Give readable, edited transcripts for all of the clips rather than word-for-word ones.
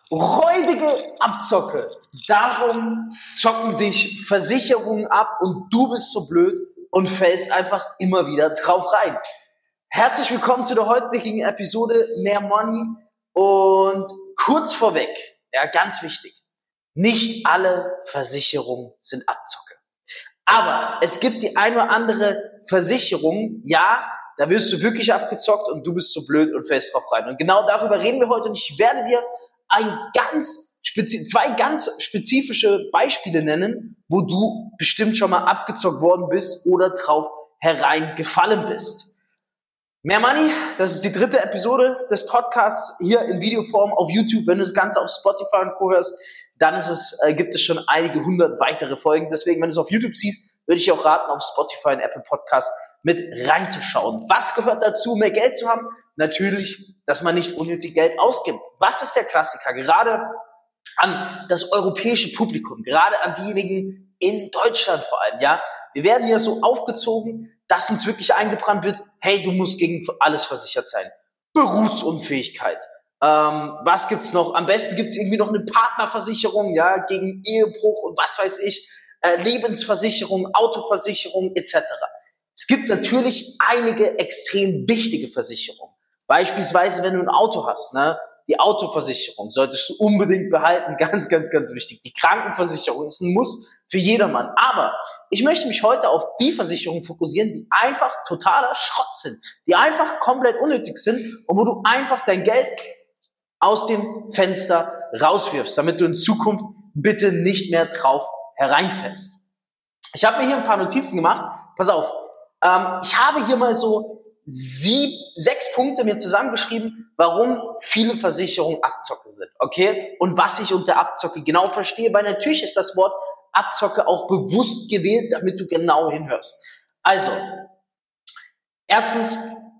räudige Abzocke. Darum zocken dich Versicherungen ab und du bist so blöd und fällst einfach immer wieder drauf rein. Herzlich willkommen zu der heutigen Episode Mehr Money und kurz vorweg, ja, ganz wichtig, nicht alle Versicherungen sind Abzocke. Aber es gibt die eine oder andere Versicherung, ja, da wirst du wirklich abgezockt und du bist so blöd und fällst drauf rein. Und genau darüber reden wir heute und ich werde dir zwei ganz spezifische Beispiele nennen, wo du bestimmt schon mal abgezockt worden bist oder drauf hereingefallen bist. Mehr Money, das ist die 3. Episode des Podcasts hier in Videoform auf YouTube. Wenn du das Ganze auf Spotify und Co. hörst, dann gibt es schon einige 100 weitere Folgen. Deswegen, wenn du es auf YouTube siehst, würde ich auch raten, auf Spotify und Apple Podcast mit reinzuschauen. Was gehört dazu, mehr Geld zu haben? Natürlich, dass man nicht unnötig Geld ausgibt. Was ist der Klassiker? Gerade an das europäische Publikum, gerade an diejenigen in Deutschland vor allem, ja. Wir werden hier so aufgezogen, dass uns wirklich eingebrannt wird, hey, du musst gegen alles versichert sein. Berufsunfähigkeit. Was gibt's noch? Am besten gibt's irgendwie noch eine Partnerversicherung, ja, gegen Ehebruch und was weiß ich, Lebensversicherung, Autoversicherung etc. Es gibt natürlich einige extrem wichtige Versicherungen. Beispielsweise, wenn du ein Auto hast, ne, die Autoversicherung solltest du unbedingt behalten, ganz, ganz, ganz wichtig. Die Krankenversicherung ist ein Muss für jedermann. Aber ich möchte mich heute auf die Versicherungen fokussieren, die einfach totaler Schrott sind, die einfach komplett unnötig sind und wo du einfach dein Geld aus dem Fenster rauswirfst, damit du in Zukunft bitte nicht mehr drauf hereinfällst. Ich habe mir hier ein paar Notizen gemacht. Pass auf, ich habe hier mal so 6 Punkte mir zusammengeschrieben, warum viele Versicherungen Abzocke sind, okay? Und was ich unter Abzocke genau verstehe, weil natürlich ist das Wort Abzocke auch bewusst gewählt, damit du genau hinhörst. Also, erstens,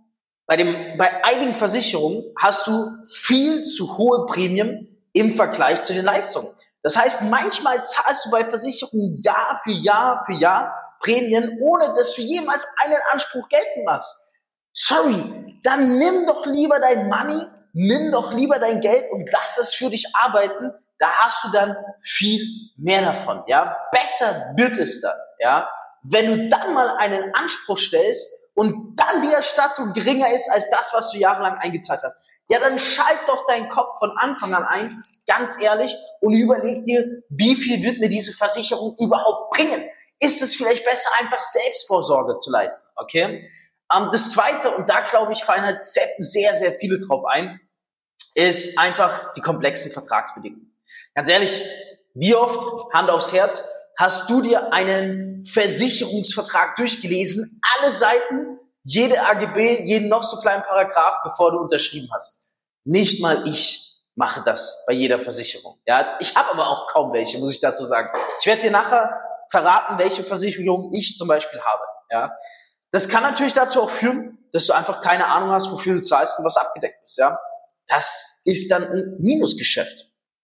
bei einigen Versicherungen hast du viel zu hohe Prämien im Vergleich zu den Leistungen. Das heißt, manchmal zahlst du bei Versicherungen Jahr für Jahr für Jahr Prämien, ohne dass du jemals einen Anspruch geltend machst. Sorry, dann nimm doch lieber dein Money, nimm doch lieber dein Geld und lass es für dich arbeiten. Da hast du dann viel mehr davon, ja. Besser wird es dann, ja. Wenn du dann mal einen Anspruch stellst und dann die Erstattung geringer ist als das, was du jahrelang eingezahlt hast, ja, dann schalt doch deinen Kopf von Anfang an ein, ganz ehrlich, und überleg dir, wie viel wird mir diese Versicherung überhaupt bringen? Ist es vielleicht besser, einfach Selbstvorsorge zu leisten, okay? Das Zweite, und da glaube ich, fallen halt sehr, sehr viele drauf ein, ist einfach die komplexen Vertragsbedingungen. Ganz ehrlich, wie oft, Hand aufs Herz, hast du dir einen Versicherungsvertrag durchgelesen, alle Seiten, jede AGB, jeden noch so kleinen Paragraph, bevor du unterschrieben hast? Nicht mal ich mache das bei jeder Versicherung. Ja, ich habe aber auch kaum welche, muss ich dazu sagen. Ich werde dir nachher verraten, welche Versicherung ich zum Beispiel habe. Ja, das kann natürlich dazu auch führen, dass du einfach keine Ahnung hast, wofür du zahlst und was abgedeckt ist. Ja, das ist dann ein Minusgeschäft.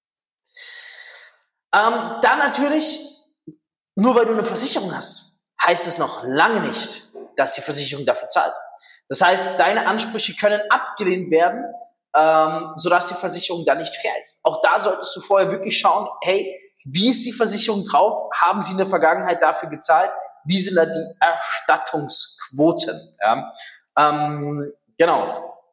Dann natürlich, nur weil du eine Versicherung hast, heißt es noch lange nicht, dass die Versicherung dafür zahlt. Das heißt, deine Ansprüche können abgelehnt werden, sodass die Versicherung dann nicht fair ist. Auch da solltest du vorher wirklich schauen, hey, wie ist die Versicherung drauf? Haben sie in der Vergangenheit dafür gezahlt? Wie sind da die Erstattungsquoten? Ja? Genau.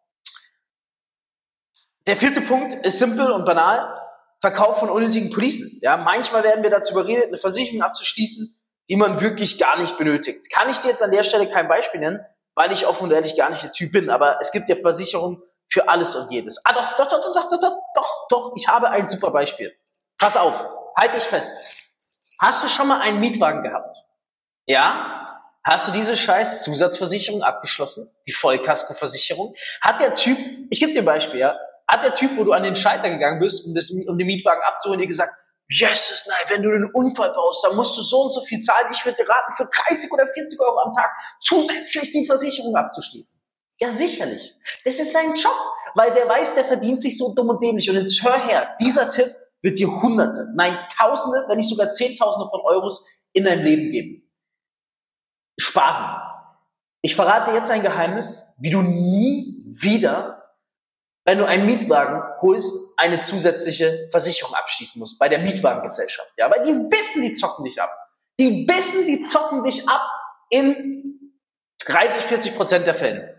Der 4. Punkt ist simpel und banal. Verkauf von unnötigen Policen. Ja, manchmal werden wir dazu überredet, eine Versicherung abzuschließen, die man wirklich gar nicht benötigt. Kann ich dir jetzt an der Stelle kein Beispiel nennen, weil ich offen und ehrlich gar nicht der Typ bin, aber es gibt ja Versicherungen für alles und jedes. Doch, ich habe ein super Beispiel. Pass auf, halt dich fest. Hast du schon mal einen Mietwagen gehabt? Ja? Hast du diese scheiß Zusatzversicherung abgeschlossen? Die Vollkaskoversicherung? Hat der Typ, ich gebe dir ein Beispiel, ja? Hat der Typ, wo du an den Schalter gegangen bist, um den Mietwagen abzuholen, dir gesagt, Jesus, nein, wenn du einen Unfall baust, dann musst du so und so viel zahlen. Ich würde dir raten, für 30 oder 40 Euro am Tag zusätzlich die Versicherung abzuschließen. Ja, sicherlich. Das ist sein Job, weil der weiß, der verdient sich so dumm und dämlich. Und jetzt hör her, dieser Tipp wird dir Hunderte, nein, Tausende, wenn nicht sogar Zehntausende von Euros in deinem Leben geben. Sparen. Ich verrate jetzt ein Geheimnis, wie du nie wieder wenn du einen Mietwagen holst, eine zusätzliche Versicherung abschließen musst bei der Mietwagengesellschaft. Ja, weil die wissen, die zocken dich ab. Die wissen, die zocken dich ab in 30-40% der Fälle.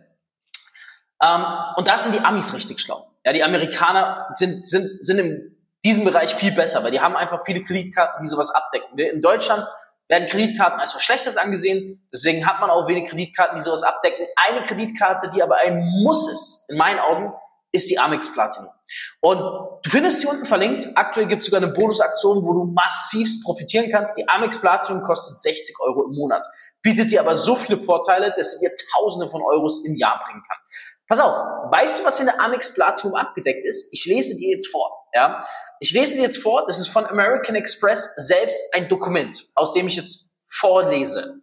Und da sind die Amis richtig schlau. Ja, die Amerikaner sind in diesem Bereich viel besser, weil die haben einfach viele Kreditkarten, die sowas abdecken. In Deutschland werden Kreditkarten als was Schlechtes angesehen. Deswegen hat man auch wenig Kreditkarten, die sowas abdecken. Eine Kreditkarte, die aber ein Muss ist, in meinen Augen, ist die Amex Platinum. Und du findest sie unten verlinkt. Aktuell gibt es sogar eine Bonusaktion, wo du massivst profitieren kannst. Die Amex Platinum kostet 60 Euro im Monat, bietet dir aber so viele Vorteile, dass sie dir Tausende von Euros im Jahr bringen kann. Pass auf, weißt du, was in der Amex Platinum abgedeckt ist? Ich lese dir jetzt vor. Ja? Ich lese dir jetzt vor, das ist von American Express selbst ein Dokument, aus dem ich jetzt vorlese.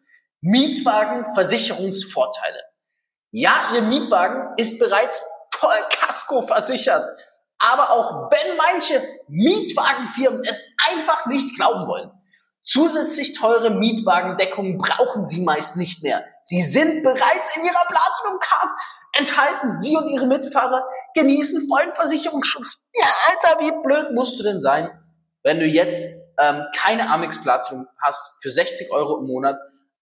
Mietwagenversicherungsvorteile. Ja, Ihr Mietwagen ist bereits Vollkasko versichert. Aber auch wenn manche Mietwagenfirmen es einfach nicht glauben wollen, zusätzlich teure Mietwagendeckungen brauchen Sie meist nicht mehr. Sie sind bereits in Ihrer Platinum-Card enthalten. Sie und Ihre Mitfahrer genießen vollen Versicherungsschutz. Ja, Alter, wie blöd musst du denn sein, wenn du jetzt keine Amex Platinum hast für 60 Euro im Monat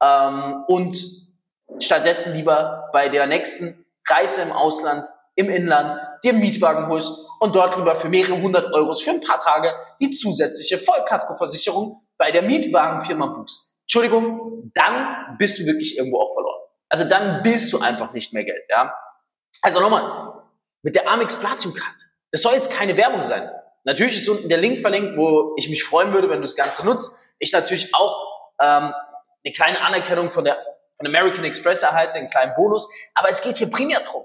und stattdessen lieber bei der nächsten Reise im Ausland, im Inland, dir einen Mietwagen holst und dort drüber für mehrere hundert Euros für ein paar Tage die zusätzliche Vollkaskoversicherung bei der Mietwagenfirma buchst. Entschuldigung, dann bist du wirklich irgendwo auch verloren. Also dann bist du einfach nicht mehr Geld, ja. Also nochmal, mit der Amex Platinum Card, das soll jetzt keine Werbung sein. Natürlich ist unten der Link verlinkt, wo ich mich freuen würde, wenn du das Ganze nutzt. Ich natürlich auch eine kleine Anerkennung von American Express erhalte, einen kleinen Bonus. Aber es geht hier primär drum.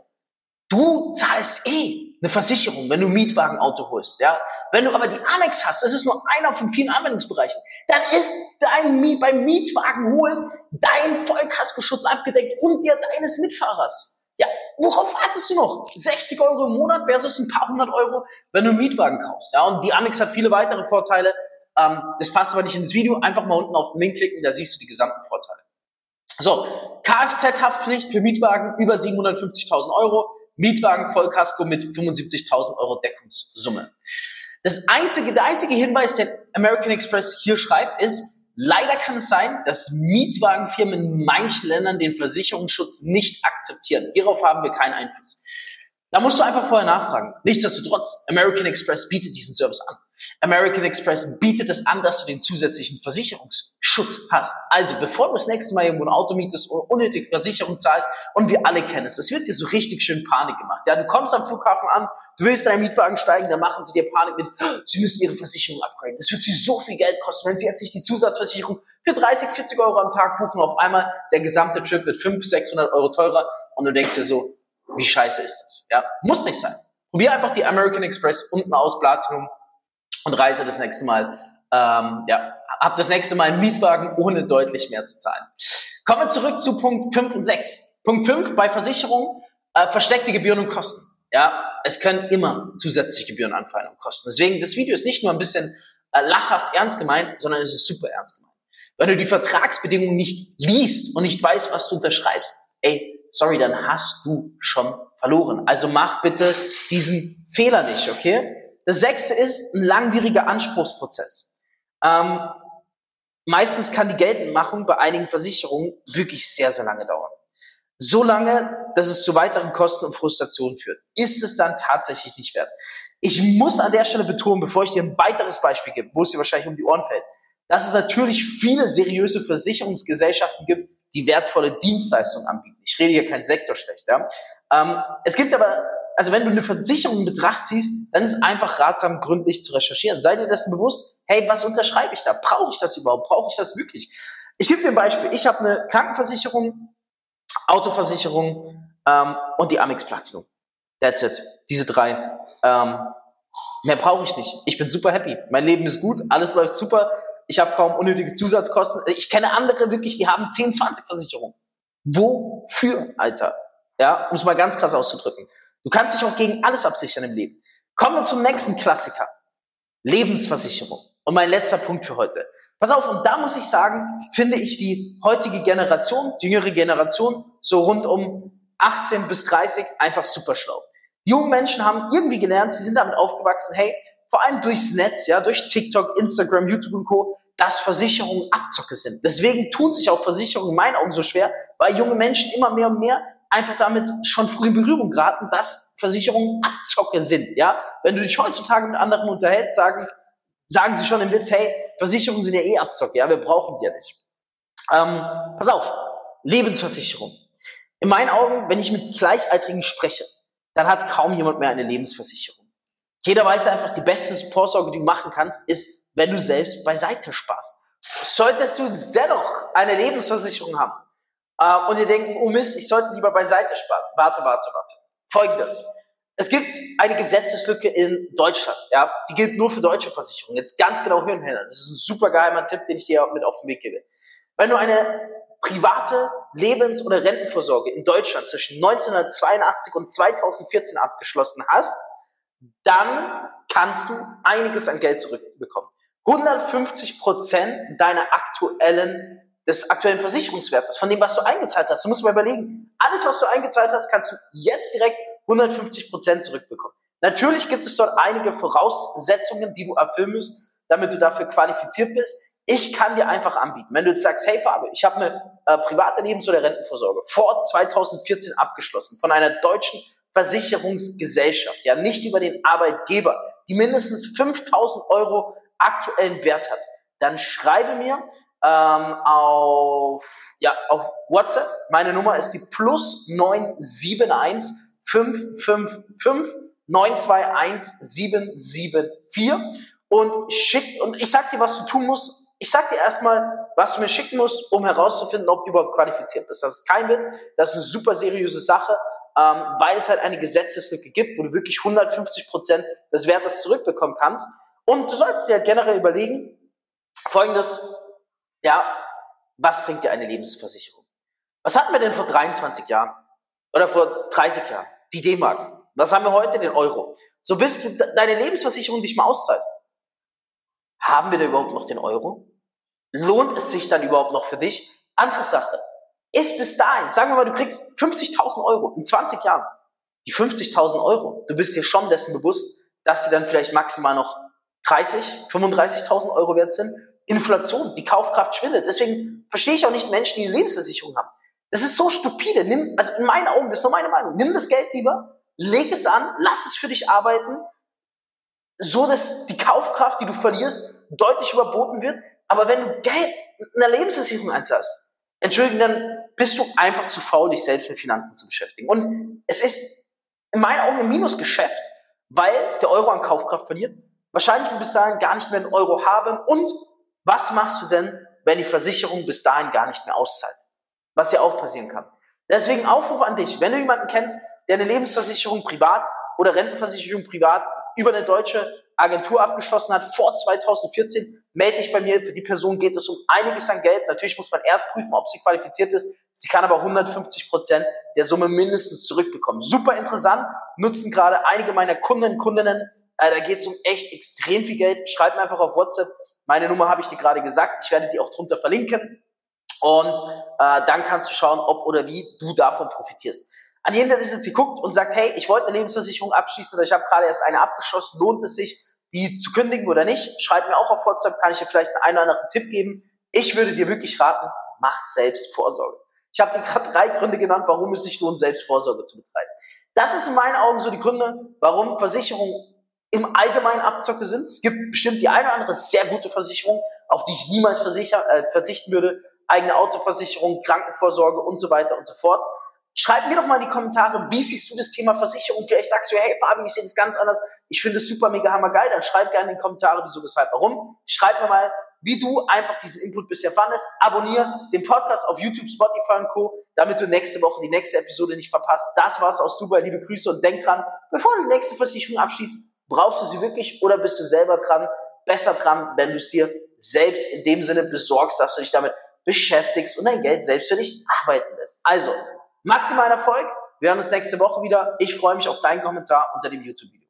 Du zahlst eine Versicherung, wenn du ein Mietwagenauto holst, ja. Wenn du aber die Amex hast, das ist nur einer von vielen Anwendungsbereichen, dann ist beim Mietwagen holen dein Vollkaskoschutz abgedeckt und der deines Mitfahrers. Ja, worauf wartest du noch? 60 Euro im Monat versus ein paar hundert Euro, wenn du einen Mietwagen kaufst, ja. Und die Amex hat viele weitere Vorteile. Das passt aber nicht in das Video. Einfach mal unten auf den Link klicken, da siehst du die gesamten Vorteile. So, Kfz-Haftpflicht für Mietwagen über 750.000 Euro. Mietwagen Vollkasko mit 75.000 Euro Deckungssumme. Der einzige Hinweis, den American Express hier schreibt, ist, leider kann es sein, dass Mietwagenfirmen in manchen Ländern den Versicherungsschutz nicht akzeptieren. Hierauf haben wir keinen Einfluss. Da musst du einfach vorher nachfragen. Nichtsdestotrotz, American Express bietet diesen Service an. American Express bietet es an, dass du den zusätzlichen Versicherungsschutz hast. Also, bevor du das nächste Mal irgendwo ein Auto mietest und unnötige Versicherung zahlst, und wir alle kennen es, das wird dir so richtig schön Panik gemacht. Ja, du kommst am Flughafen an, du willst in einen Mietwagen steigen, dann machen sie dir Panik mit, sie müssen ihre Versicherung upgraden. Das wird sie so viel Geld kosten, wenn sie jetzt nicht die Zusatzversicherung für 30, 40 Euro am Tag buchen, auf einmal der gesamte Trip wird 500, 600 Euro teurer und du denkst dir so, wie scheiße ist das? Ja, muss nicht sein. Probier einfach die American Express unten aus, Platinum, und reise das nächste Mal, hab das nächste Mal einen Mietwagen, ohne deutlich mehr zu zahlen. Kommen wir zurück zu Punkt 5 und 6. Punkt 5 bei Versicherungen, versteckte Gebühren und Kosten. Ja, es können immer zusätzliche Gebühren anfallen und Kosten. Deswegen, das Video ist nicht nur ein bisschen lachhaft ernst gemeint, sondern es ist super ernst gemeint. Wenn du die Vertragsbedingungen nicht liest und nicht weißt, was du unterschreibst, sorry, dann hast du schon verloren. Also mach bitte diesen Fehler nicht, okay? Das 6. ist ein langwieriger Anspruchsprozess. Meistens kann die Geltendmachung bei einigen Versicherungen wirklich sehr, sehr lange dauern. So lange, dass es zu weiteren Kosten und Frustrationen führt. Ist es dann tatsächlich nicht wert? Ich muss an der Stelle betonen, bevor ich dir ein weiteres Beispiel gebe, wo es dir wahrscheinlich um die Ohren fällt, dass es natürlich viele seriöse Versicherungsgesellschaften gibt, die wertvolle Dienstleistungen anbieten. Ich rede hier kein Sektor schlecht. Ja? Es gibt aber, also wenn du eine Versicherung in Betracht ziehst, dann ist es einfach ratsam, gründlich zu recherchieren. Sei dir dessen bewusst, hey, was unterschreibe ich da? Brauche ich das überhaupt? Brauche ich das wirklich? Ich gebe dir ein Beispiel. Ich habe eine Krankenversicherung, Autoversicherung und die Amex Platinum. That's it. Diese 3. Mehr brauche ich nicht. Ich bin super happy. Mein Leben ist gut, alles läuft super. Ich habe kaum unnötige Zusatzkosten. Ich kenne andere wirklich, die haben 10, 20 Versicherungen. Wofür, Alter? Ja, um es mal ganz krass auszudrücken. Du kannst dich auch gegen alles absichern im Leben. Kommen wir zum nächsten Klassiker. Lebensversicherung. Und mein letzter Punkt für heute. Pass auf, und da muss ich sagen, finde ich die heutige Generation, die jüngere Generation, so rund um 18 bis 30, einfach super schlau. Die jungen Menschen haben irgendwie gelernt, sie sind damit aufgewachsen, hey, vor allem durchs Netz, ja, durch TikTok, Instagram, YouTube und Co., dass Versicherungen Abzocke sind. Deswegen tun sich auch Versicherungen in meinen Augen so schwer, weil junge Menschen immer mehr und mehr einfach damit schon früh in Berührung geraten, dass Versicherungen Abzocke sind, ja. Wenn du dich heutzutage mit anderen unterhältst, sagen sie schon im Witz, hey, Versicherungen sind ja eh Abzocke, ja, wir brauchen die ja nicht. Pass auf, Lebensversicherung. In meinen Augen, wenn ich mit Gleichaltrigen spreche, dann hat kaum jemand mehr eine Lebensversicherung. Jeder weiß einfach, die beste Vorsorge, die du machen kannst, ist, wenn du selbst beiseite sparst. Solltest du dennoch eine Lebensversicherung haben und dir denken, oh Mist, ich sollte lieber beiseite sparen. Warte. Folgendes. Es gibt eine Gesetzeslücke in Deutschland, ja, die gilt nur für deutsche Versicherungen. Jetzt ganz genau hören, das ist ein super geheimer Tipp, den ich dir mit auf den Weg gebe. Wenn du eine private Lebens- oder Rentenvorsorge in Deutschland zwischen 1982 und 2014 abgeschlossen hast, dann kannst du einiges an Geld zurückbekommen. 150% des aktuellen Versicherungswertes, von dem, was du eingezahlt hast. Du musst mal überlegen, alles, was du eingezahlt hast, kannst du jetzt direkt 150% zurückbekommen. Natürlich gibt es dort einige Voraussetzungen, die du erfüllen musst, damit du dafür qualifiziert bist. Ich kann dir einfach anbieten, wenn du jetzt sagst, hey Fabio, ich habe eine private Lebens- oder Rentenvorsorge vor 2014 abgeschlossen von einer deutschen Versicherungsgesellschaft, ja, nicht über den Arbeitgeber, die mindestens 5.000 Euro aktuellen Wert hat, dann schreibe mir auf WhatsApp. Meine Nummer ist die +971 555 921 774 und ich sag dir, was du tun musst. Ich sag dir erstmal, was du mir schicken musst, um herauszufinden, ob du überhaupt qualifiziert bist. Das ist kein Witz, das ist eine super seriöse Sache, weil es halt eine Gesetzeslücke gibt, wo du wirklich 150% des Wertes zurückbekommen kannst. Und du solltest dir halt generell überlegen, Folgendes, ja, was bringt dir eine Lebensversicherung? Was hatten wir denn vor 23 Jahren? Oder vor 30 Jahren? Die D-Mark. Was haben wir heute? Den Euro. So bis deine Lebensversicherung dich mal auszahlt. Haben wir da überhaupt noch den Euro? Lohnt es sich dann überhaupt noch für dich? Andere Sache. Ist bis dahin, sagen wir mal, du kriegst 50.000 Euro in 20 Jahren. Die 50.000 Euro, du bist dir schon dessen bewusst, dass sie dann vielleicht maximal noch 35.000 Euro wert sind. Inflation, die Kaufkraft schwindet. Deswegen verstehe ich auch nicht Menschen, die eine Lebensversicherung haben. Das ist so stupide. Also in meinen Augen, das ist nur meine Meinung. Nimm das Geld lieber, leg es an, lass es für dich arbeiten, so dass die Kaufkraft, die du verlierst, deutlich überboten wird. Aber wenn du Geld in einer Lebensversicherung einzahlst, Entschuldigung, dann bist du einfach zu faul, dich selbst mit Finanzen zu beschäftigen. Und es ist in meinen Augen ein Minusgeschäft, weil der Euro an Kaufkraft verliert. Wahrscheinlich wird bis dahin gar nicht mehr einen Euro haben. Und was machst du denn, wenn die Versicherung bis dahin gar nicht mehr auszahlt? Was ja auch passieren kann. Deswegen Aufruf an dich, wenn du jemanden kennst, der eine Lebensversicherung privat oder Rentenversicherung privat über eine deutsche Agentur abgeschlossen hat vor 2014, melde dich bei mir. Für die Person geht es um einiges an Geld. Natürlich muss man erst prüfen, ob sie qualifiziert ist. Sie kann aber 150% der Summe mindestens zurückbekommen. Super interessant, nutzen gerade einige meiner Kundinnen. Da geht es um echt extrem viel Geld. Schreib mir einfach auf WhatsApp. Meine Nummer habe ich dir gerade gesagt. Ich werde die auch drunter verlinken. Und dann kannst du schauen, ob oder wie du davon profitierst. An jeden, der das jetzt geguckt und sagt, hey, ich wollte eine Lebensversicherung abschließen oder ich habe gerade erst eine abgeschlossen, lohnt es sich, die zu kündigen oder nicht? Schreib mir auch auf WhatsApp, kann ich dir vielleicht einen oder anderen Tipp geben. Ich würde dir wirklich raten, mach selbst Vorsorge. Ich habe dir gerade 3 Gründe genannt, warum es sich lohnt, selbst Vorsorge zu betreiben. Das ist in meinen Augen so die Gründe, warum Versicherungen im Allgemeinen Abzocke sind. Es gibt bestimmt die eine oder andere sehr gute Versicherung, auf die ich niemals verzichten würde. Eigene Autoversicherung, Krankenvorsorge und so weiter und so fort. Schreib mir doch mal in die Kommentare, wie siehst du das Thema Versicherung? Vielleicht sagst du, hey Fabi, ich sehe das ganz anders. Ich finde es super, mega, hammergeil. Dann schreib gerne in die Kommentare, wieso, weshalb, warum. Schreib mir mal, wie du einfach diesen Input bisher fandest. Abonniere den Podcast auf YouTube, Spotify und Co., damit du nächste Woche die nächste Episode nicht verpasst. Das war's aus Dubai. Liebe Grüße und denk dran, bevor du die nächste Versicherung abschließt, brauchst du sie wirklich oder bist du selber besser dran, wenn du es dir selbst in dem Sinne besorgst, dass du dich damit beschäftigst und dein Geld selbst für dich arbeiten lässt. Also, maximalen Erfolg. Wir hören uns nächste Woche wieder. Ich freue mich auf deinen Kommentar unter dem YouTube-Video.